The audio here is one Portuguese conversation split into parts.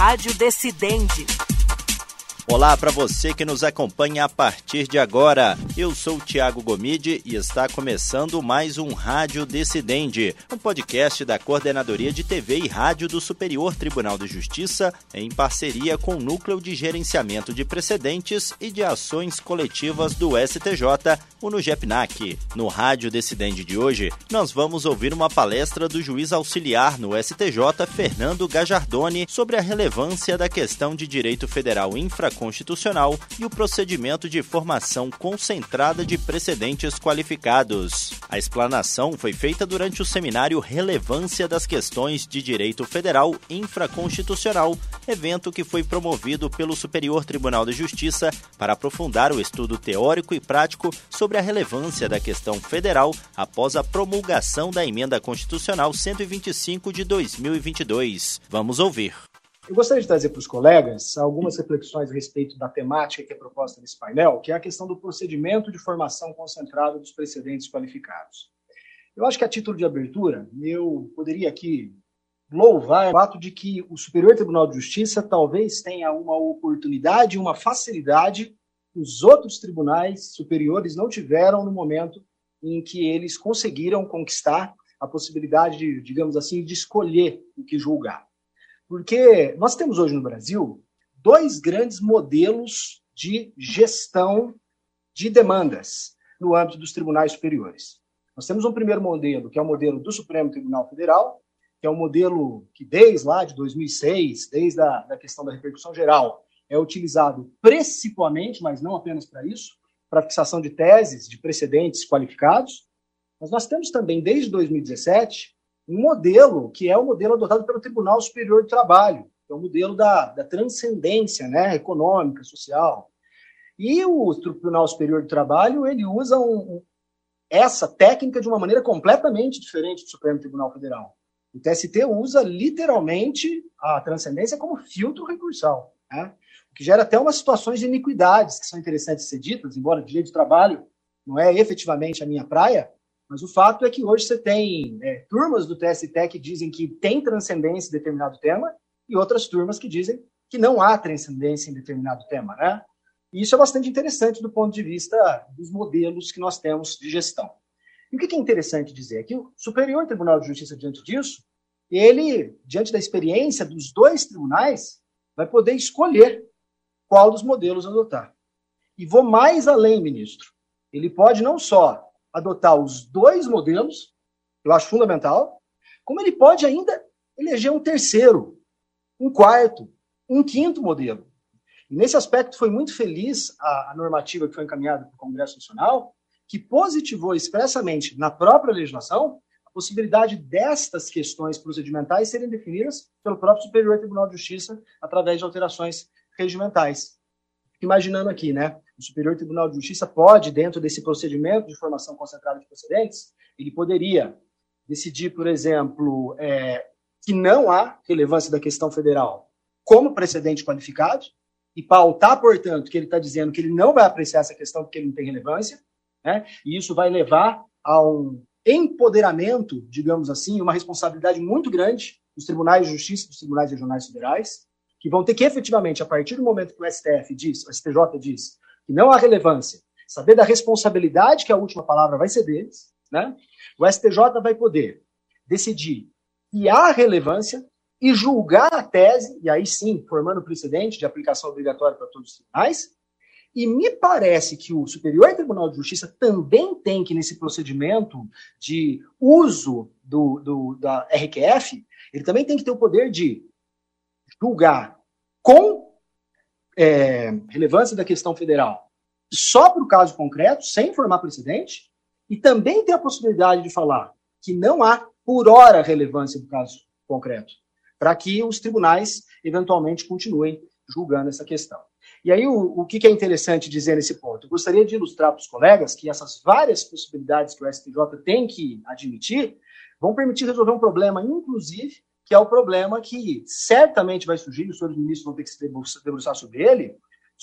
Rádio Decidente. Olá para você que nos acompanha a partir de agora. Eu sou o Thiago Gomide e está começando mais um Rádio Decidente, um podcast da Coordenadoria de TV e Rádio do Superior Tribunal de Justiça, em parceria com o Núcleo de Gerenciamento de Precedentes e de Ações Coletivas do STJ, o NUGEPNAC. No Rádio Decidente de hoje, nós vamos ouvir uma palestra do juiz auxiliar no STJ, Fernando Gajardoni, sobre a relevância da questão de direito federal infraconstitucional e o procedimento de formação concentrada de precedentes qualificados. A explanação foi feita durante o seminário Relevância das Questões de Direito Federal Infraconstitucional, evento que foi promovido pelo Superior Tribunal de Justiça para aprofundar o estudo teórico e prático sobre a relevância da questão federal após a promulgação da Emenda Constitucional 125 de 2022. Vamos ouvir. Eu gostaria de trazer para os colegas algumas reflexões a respeito da temática que é proposta nesse painel, que é a questão do procedimento de formação concentrada dos precedentes qualificados. Eu acho que, a título de abertura, eu poderia aqui louvar o fato de que o Superior Tribunal de Justiça talvez tenha uma oportunidade, uma facilidade que os outros tribunais superiores não tiveram no momento em que eles conseguiram conquistar a possibilidade de, digamos assim, de escolher o que julgar. Porque nós temos hoje no Brasil dois grandes modelos de gestão de demandas no âmbito dos tribunais superiores. Nós temos um primeiro modelo, que é o modelo do Supremo Tribunal Federal, que é um modelo que desde lá de 2006, desde a questão da repercussão geral, é utilizado principalmente, mas não apenas para isso, para a fixação de teses, de precedentes qualificados. Mas nós temos também, desde 2017, um modelo que é o modelo adotado pelo Tribunal Superior do Trabalho, que é o modelo da transcendência, né, econômica, social. E o Tribunal Superior do Trabalho, ele usa essa técnica de uma maneira completamente diferente do Supremo Tribunal Federal. O TST usa literalmente a transcendência como filtro recursal, né? O que gera até umas situações de iniquidades que são interessantes de ser ditas, embora o direito do trabalho não é efetivamente a minha praia. Mas o fato é que hoje você tem turmas do TST que dizem que tem transcendência em determinado tema e outras turmas que dizem que não há transcendência em determinado tema, né? E isso é bastante interessante do ponto de vista dos modelos que nós temos de gestão. E o que é interessante dizer é que o Superior Tribunal de Justiça, diante disso, ele, diante da experiência dos dois tribunais, vai poder escolher qual dos modelos adotar. E vou mais além, ministro. Ele pode não só adotar os dois modelos, eu acho fundamental, como ele pode ainda eleger um terceiro, um quarto, um quinto modelo. E nesse aspecto foi muito feliz a normativa que foi encaminhada para o Congresso Nacional, que positivou expressamente na própria legislação a possibilidade destas questões procedimentais serem definidas pelo próprio Superior Tribunal de Justiça através de alterações regimentais. Imaginando aqui, né? O Superior Tribunal de Justiça pode, dentro desse procedimento de formação concentrada de precedentes, ele poderia decidir, por exemplo, que não há relevância da questão federal como precedente qualificado e pautar, portanto, que ele está dizendo que ele não vai apreciar essa questão porque ele não tem relevância, né? E isso vai levar a um empoderamento, digamos assim, uma responsabilidade muito grande dos tribunais de justiça e dos tribunais regionais federais, que vão ter que, efetivamente, a partir do momento que o STF diz, o STJ diz, que não há relevância, saber da responsabilidade que a última palavra vai ser deles, né? O STJ vai poder decidir que há relevância e julgar a tese, e aí sim, formando precedente de aplicação obrigatória para todos os tribunais. E me parece que o Superior Tribunal de Justiça também tem que, nesse procedimento de uso da RQF, ele também tem que ter o poder de julgar com relevância da questão federal só para o caso concreto, sem formar precedente, e também tem a possibilidade de falar que não há, por hora, relevância do caso concreto, para que os tribunais, eventualmente, continuem julgando essa questão. E aí, o que é interessante dizer nesse ponto? Eu gostaria de ilustrar para os colegas que essas várias possibilidades que o STJ tem que admitir vão permitir resolver um problema, inclusive, que é o problema que certamente vai surgir, os senhores ministros vão ter que se debruçar sobre ele,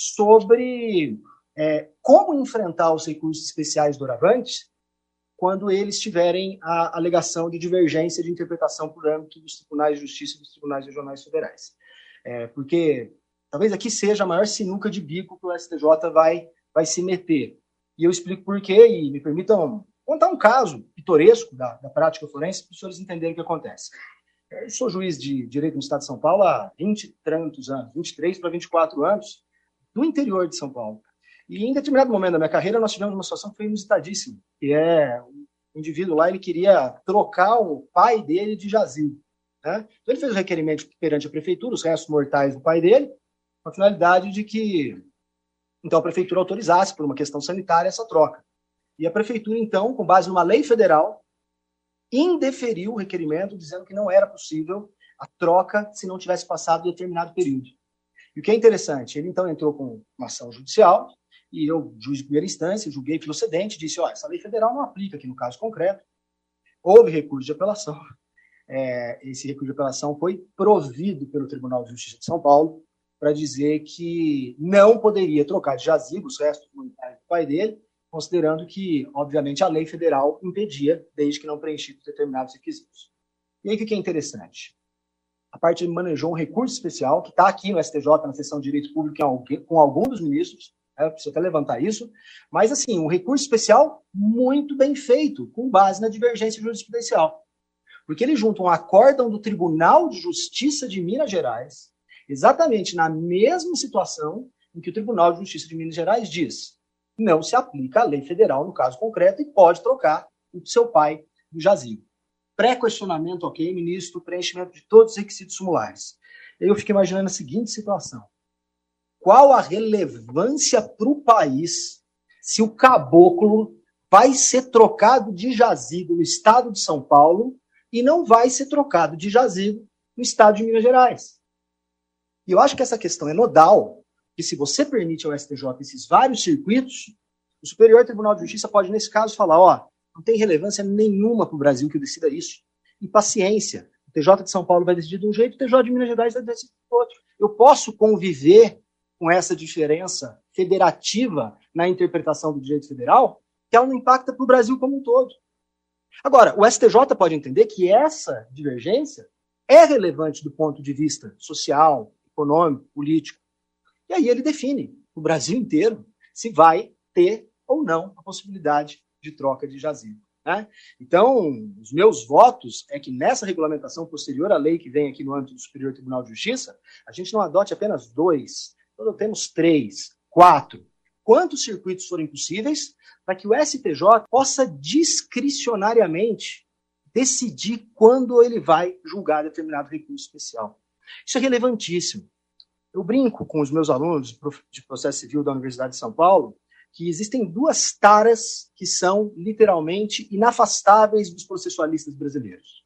sobre como enfrentar os recursos especiais doravantes quando eles tiverem a alegação de divergência de interpretação por âmbito dos tribunais de justiça e dos tribunais regionais federais. porque talvez aqui seja a maior sinuca de bico que o STJ vai se meter. E eu explico por quê, e me permitam contar um caso pitoresco da prática forense para os senhores entenderem o que acontece. Eu sou juiz de direito no estado de São Paulo há 20 e tantos anos, 23 para 24 anos, no interior de São Paulo. E em determinado momento da minha carreira, nós tivemos uma situação que foi inusitadíssima, que é o indivíduo lá, ele queria trocar o pai dele de jazigo, né? Então ele fez o requerimento perante a prefeitura, os restos mortais do pai dele, com a finalidade de que então a prefeitura autorizasse, por uma questão sanitária, essa troca. E a prefeitura, então, com base numa lei federal, indeferiu o requerimento, dizendo que não era possível a troca se não tivesse passado determinado período. E o que é interessante, ele então entrou com uma ação judicial, e eu, juiz de primeira instância, julguei filocedente, disse, essa lei federal não aplica aqui no caso concreto. Houve recurso de apelação. Esse recurso de apelação foi provido pelo Tribunal de Justiça de São Paulo para dizer que não poderia trocar de jazigo os restos monetários do pai dele, considerando que, obviamente, a lei federal impedia, desde que não preenchidos determinados requisitos. E aí o que é interessante? A parte manejou um recurso especial, que está aqui no STJ, na seção de Direito Público, com algum dos ministros, preciso até levantar isso, mas, assim, um recurso especial muito bem feito, com base na divergência jurisprudencial. Porque eles juntam um acórdão do Tribunal de Justiça de Minas Gerais, exatamente na mesma situação em que o Tribunal de Justiça de Minas Gerais diz não se aplica a lei federal no caso concreto e pode trocar o seu pai do jazigo. Pré-questionamento, ok, ministro, preenchimento de todos os requisitos sumulares. Eu fico imaginando a seguinte situação. Qual a relevância para o país se o caboclo vai ser trocado de jazigo no estado de São Paulo e não vai ser trocado de jazigo no estado de Minas Gerais? E eu acho que essa questão é nodal, que se você permite ao STJ esses vários circuitos, o Superior Tribunal de Justiça pode, nesse caso, falar, não tem relevância nenhuma para o Brasil que eu decida isso. E paciência. O TJ de São Paulo vai decidir de um jeito, o TJ de Minas Gerais vai decidir do outro. Eu posso conviver com essa diferença federativa na interpretação do direito federal, que ela não impacta para o Brasil como um todo. Agora, o STJ pode entender que essa divergência é relevante do ponto de vista social, econômico, político. E aí ele define, o Brasil inteiro, se vai ter ou não a possibilidade de troca de jazigo. Né? Então, os meus votos é que nessa regulamentação posterior à lei que vem aqui no âmbito do Superior Tribunal de Justiça, a gente não adote apenas 2, nós temos 3, 4, quantos circuitos forem possíveis, para que o STJ possa discricionariamente decidir quando ele vai julgar determinado recurso especial. Isso é relevantíssimo. Eu brinco com os meus alunos de processo civil da Universidade de São Paulo que existem 2 taras que são literalmente inafastáveis dos processualistas brasileiros.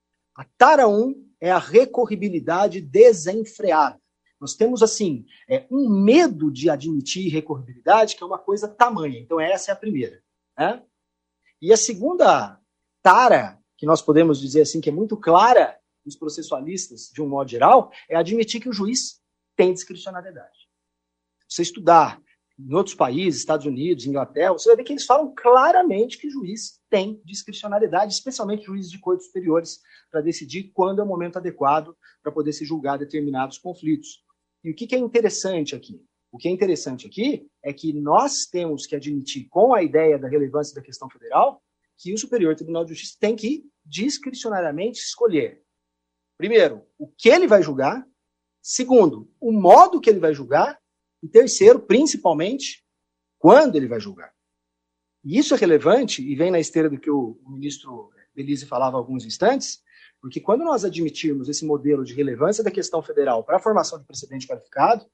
A tara 1 é a recorribilidade desenfreada. Nós temos, assim, um medo de admitir recorribilidade, que é uma coisa tamanha. Então, essa é a primeira. Né? E a segunda tara, que nós podemos dizer assim, que é muito clara dos processualistas, de um modo geral, é admitir que o juiz tem discricionariedade. Se você estudar em outros países, Estados Unidos, Inglaterra, você vai ver que eles falam claramente que o juiz tem discricionariedade, especialmente juízes de cortes superiores, para decidir quando é o momento adequado para poder se julgar determinados conflitos. E o que é interessante aqui? O que é interessante aqui é que nós temos que admitir, com a ideia da relevância da questão federal, que o Superior Tribunal de Justiça tem que discricionariamente escolher, primeiro, o que ele vai julgar, segundo, o modo que ele vai julgar, e terceiro, principalmente, quando ele vai julgar. E isso é relevante, e vem na esteira do que o ministro Belize falava há alguns instantes, porque quando nós admitirmos esse modelo de relevância da questão federal para a formação de precedente qualificado,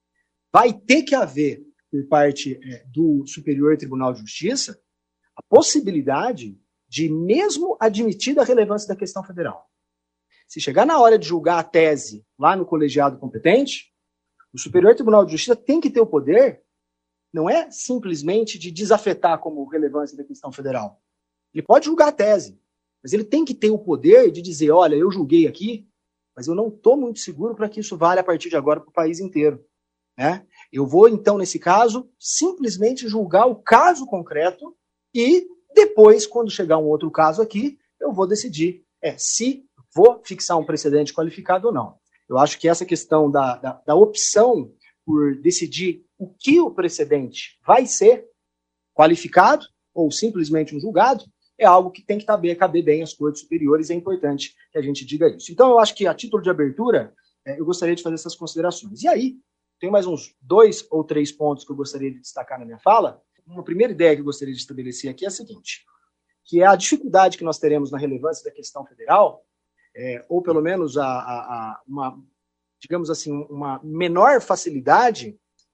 vai ter que haver, por parte do Superior Tribunal de Justiça, a possibilidade de, mesmo admitida a relevância da questão federal, se chegar na hora de julgar a tese lá no colegiado competente, o Superior Tribunal de Justiça tem que ter o poder, não é simplesmente de desafetar como relevância da questão federal. Ele pode julgar a tese, mas ele tem que ter o poder de dizer, olha, eu julguei aqui, mas eu não estou muito seguro para que isso valha a partir de agora para o país inteiro. Né? Eu vou, então, nesse caso, simplesmente julgar o caso concreto e depois, quando chegar um outro caso aqui, eu vou decidir se vou fixar um precedente qualificado ou não. Eu acho que essa questão da opção por decidir o que o precedente vai ser, qualificado ou simplesmente um julgado, é algo que tem que caber bem às cortes superiores, e é importante que a gente diga isso. Então, eu acho que, a título de abertura, eu gostaria de fazer essas considerações. E aí, tem mais uns 2 ou 3 pontos que eu gostaria de destacar na minha fala. Uma primeira ideia que eu gostaria de estabelecer aqui é a seguinte, que é a dificuldade que nós teremos na relevância da questão federal, ou pelo menos uma, digamos assim, uma menor facilidade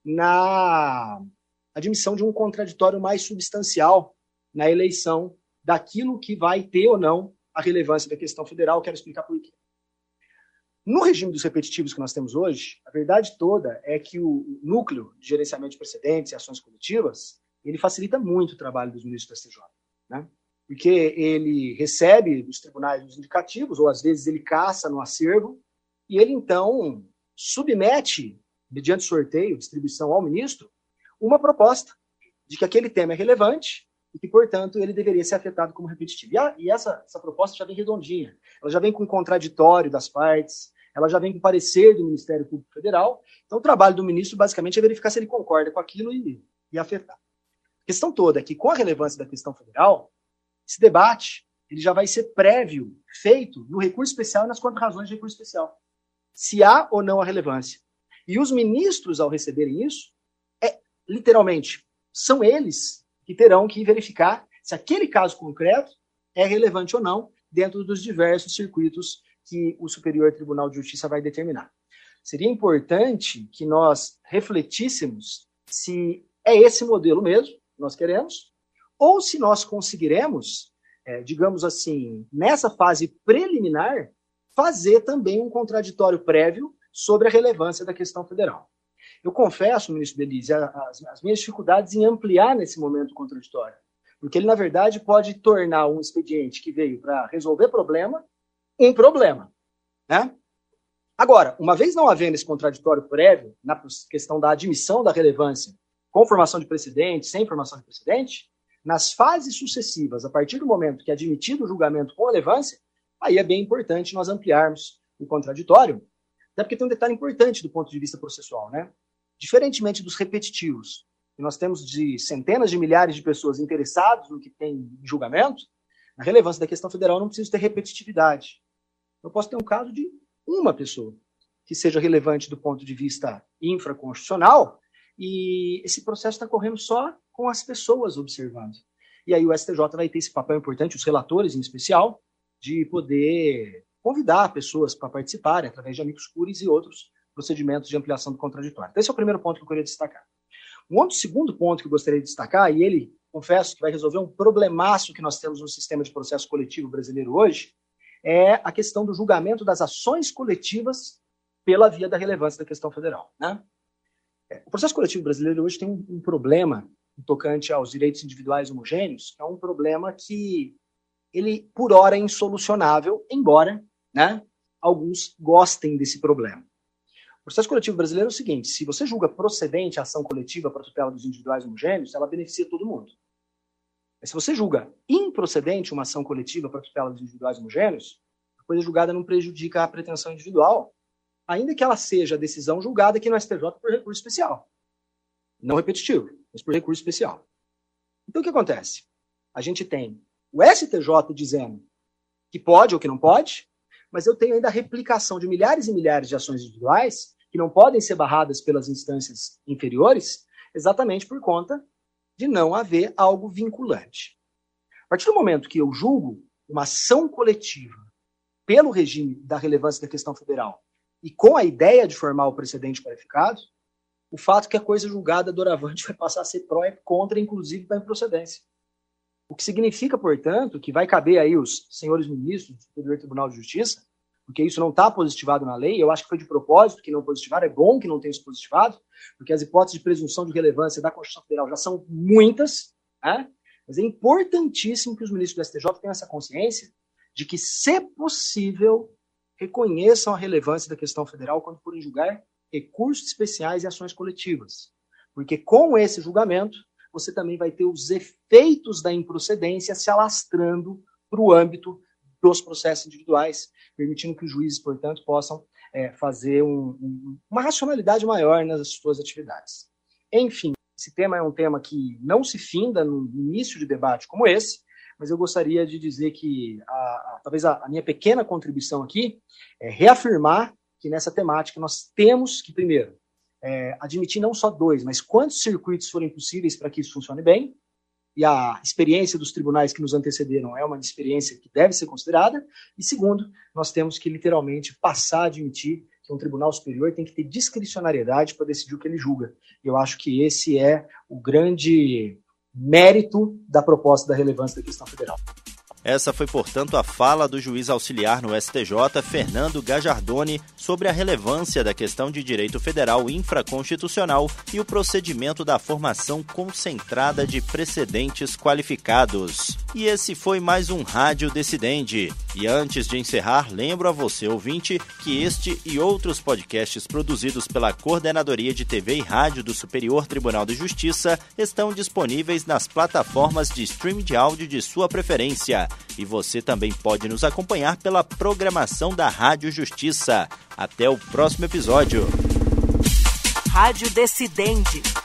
na admissão de um contraditório mais substancial na eleição daquilo que vai ter ou não a relevância da questão federal. Quero explicar por quê. No regime dos repetitivos que nós temos hoje, a verdade toda é que o núcleo de gerenciamento de precedentes e ações coletivas, ele facilita muito o trabalho dos ministros do STJ, né? Porque ele recebe dos tribunais os indicativos, ou às vezes ele caça no acervo, e ele então submete, mediante sorteio, distribuição ao ministro, uma proposta de que aquele tema é relevante e que, portanto, ele deveria ser afetado como repetitivo. E essa proposta já vem redondinha, ela já vem com o contraditório das partes, ela já vem com o parecer do Ministério Público Federal. Então, o trabalho do ministro, basicamente, é verificar se ele concorda com aquilo e afetar. A questão toda é que, com a relevância da questão federal, esse debate ele já vai ser prévio, feito no recurso especial e nas contrarrazões de recurso especial. Se há ou não a relevância. E os ministros, ao receberem isso, literalmente, são eles que terão que verificar se aquele caso concreto é relevante ou não dentro dos diversos circuitos que o Superior Tribunal de Justiça vai determinar. Seria importante que nós refletíssemos se é esse modelo mesmo que nós queremos, ou se nós conseguiremos, digamos assim, nessa fase preliminar, fazer também um contraditório prévio sobre a relevância da questão federal. Eu confesso, ministro Belize, as minhas dificuldades em ampliar nesse momento o contraditório, porque ele, na verdade, pode tornar um expediente que veio para resolver problema um problema, né? Agora, uma vez não havendo esse contraditório prévio, na questão da admissão da relevância com formação de precedente, sem formação de precedente, nas fases sucessivas, a partir do momento que é admitido o julgamento com relevância, aí é bem importante nós ampliarmos o contraditório, até porque tem um detalhe importante do ponto de vista processual, né? Diferentemente dos repetitivos, que nós temos de centenas de milhares de pessoas interessadas no que tem em julgamento, na relevância da questão federal não precisa ter repetitividade. Eu posso ter um caso de uma pessoa que seja relevante do ponto de vista infraconstitucional e esse processo está correndo só com as pessoas observando. E aí o STJ vai ter esse papel importante, os relatores em especial, de poder convidar pessoas para participarem através de amicus curiae e outros procedimentos de ampliação do contraditório. Então, esse é o primeiro ponto que eu queria destacar. Um outro segundo ponto que eu gostaria de destacar, e ele, confesso, que vai resolver um problemaço que nós temos no sistema de processo coletivo brasileiro hoje, é a questão do julgamento das ações coletivas pela via da relevância da questão federal, né? O processo coletivo brasileiro hoje tem um problema tocante aos direitos individuais homogêneos, que é um problema que ele, por hora, é insolucionável, embora, né, alguns gostem desse problema. O processo coletivo brasileiro é o seguinte: se você julga procedente a ação coletiva para a tutela dos individuais homogêneos, ela beneficia todo mundo. Mas se você julga improcedente uma ação coletiva para a tutela dos individuais homogêneos, a coisa julgada não prejudica a pretensão individual, ainda que ela seja a decisão julgada aqui no STJ por recurso especial. Não repetitivo, mas por recurso especial. Então, o que acontece? A gente tem o STJ dizendo que pode ou que não pode, mas eu tenho ainda a replicação de milhares e milhares de ações individuais que não podem ser barradas pelas instâncias inferiores, exatamente por conta de não haver algo vinculante. A partir do momento que eu julgo uma ação coletiva pelo regime da relevância da questão federal e com a ideia de formar o precedente qualificado, o fato que a coisa julgada doravante vai passar a ser pró e contra, inclusive para a improcedência. O que significa, portanto, que vai caber aí os senhores ministros do Superior Tribunal de Justiça, porque isso não está positivado na lei, eu acho que foi de propósito que não positivaram, é bom que não tenha isso positivado, porque as hipóteses de presunção de relevância da Constituição Federal já são muitas, né? Mas é importantíssimo que os ministros do STJ tenham essa consciência de que, se possível, reconheçam a relevância da questão federal quando forem julgar recursos especiais e ações coletivas. Porque com esse julgamento, você também vai ter os efeitos da improcedência se alastrando para o âmbito dos processos individuais, permitindo que os juízes, portanto, possam fazer uma racionalidade maior nas suas atividades. Enfim, esse tema é um tema que não se finda no início de debate como esse, mas eu gostaria de dizer que talvez a minha pequena contribuição aqui é reafirmar que nessa temática nós temos que, primeiro, admitir não só 2, mas quantos circuitos forem possíveis para que isso funcione bem, e a experiência dos tribunais que nos antecederam é uma experiência que deve ser considerada, e segundo, nós temos que literalmente passar a admitir que um tribunal superior tem que ter discricionariedade para decidir o que ele julga. Eu acho que esse é o grande mérito da proposta da relevância da questão federal. Essa foi, portanto, a fala do juiz auxiliar no STJ, Fernando Gajardoni, sobre a relevância da questão de direito federal infraconstitucional e o procedimento da formação concentrada de precedentes qualificados. E esse foi mais um Rádio Decidende. E antes de encerrar, lembro a você, ouvinte, que este e outros podcasts produzidos pela Coordenadoria de TV e Rádio do Superior Tribunal de Justiça estão disponíveis nas plataformas de streaming de áudio de sua preferência. E você também pode nos acompanhar pela programação da Rádio Justiça. Até o próximo episódio. Rádio Decidende.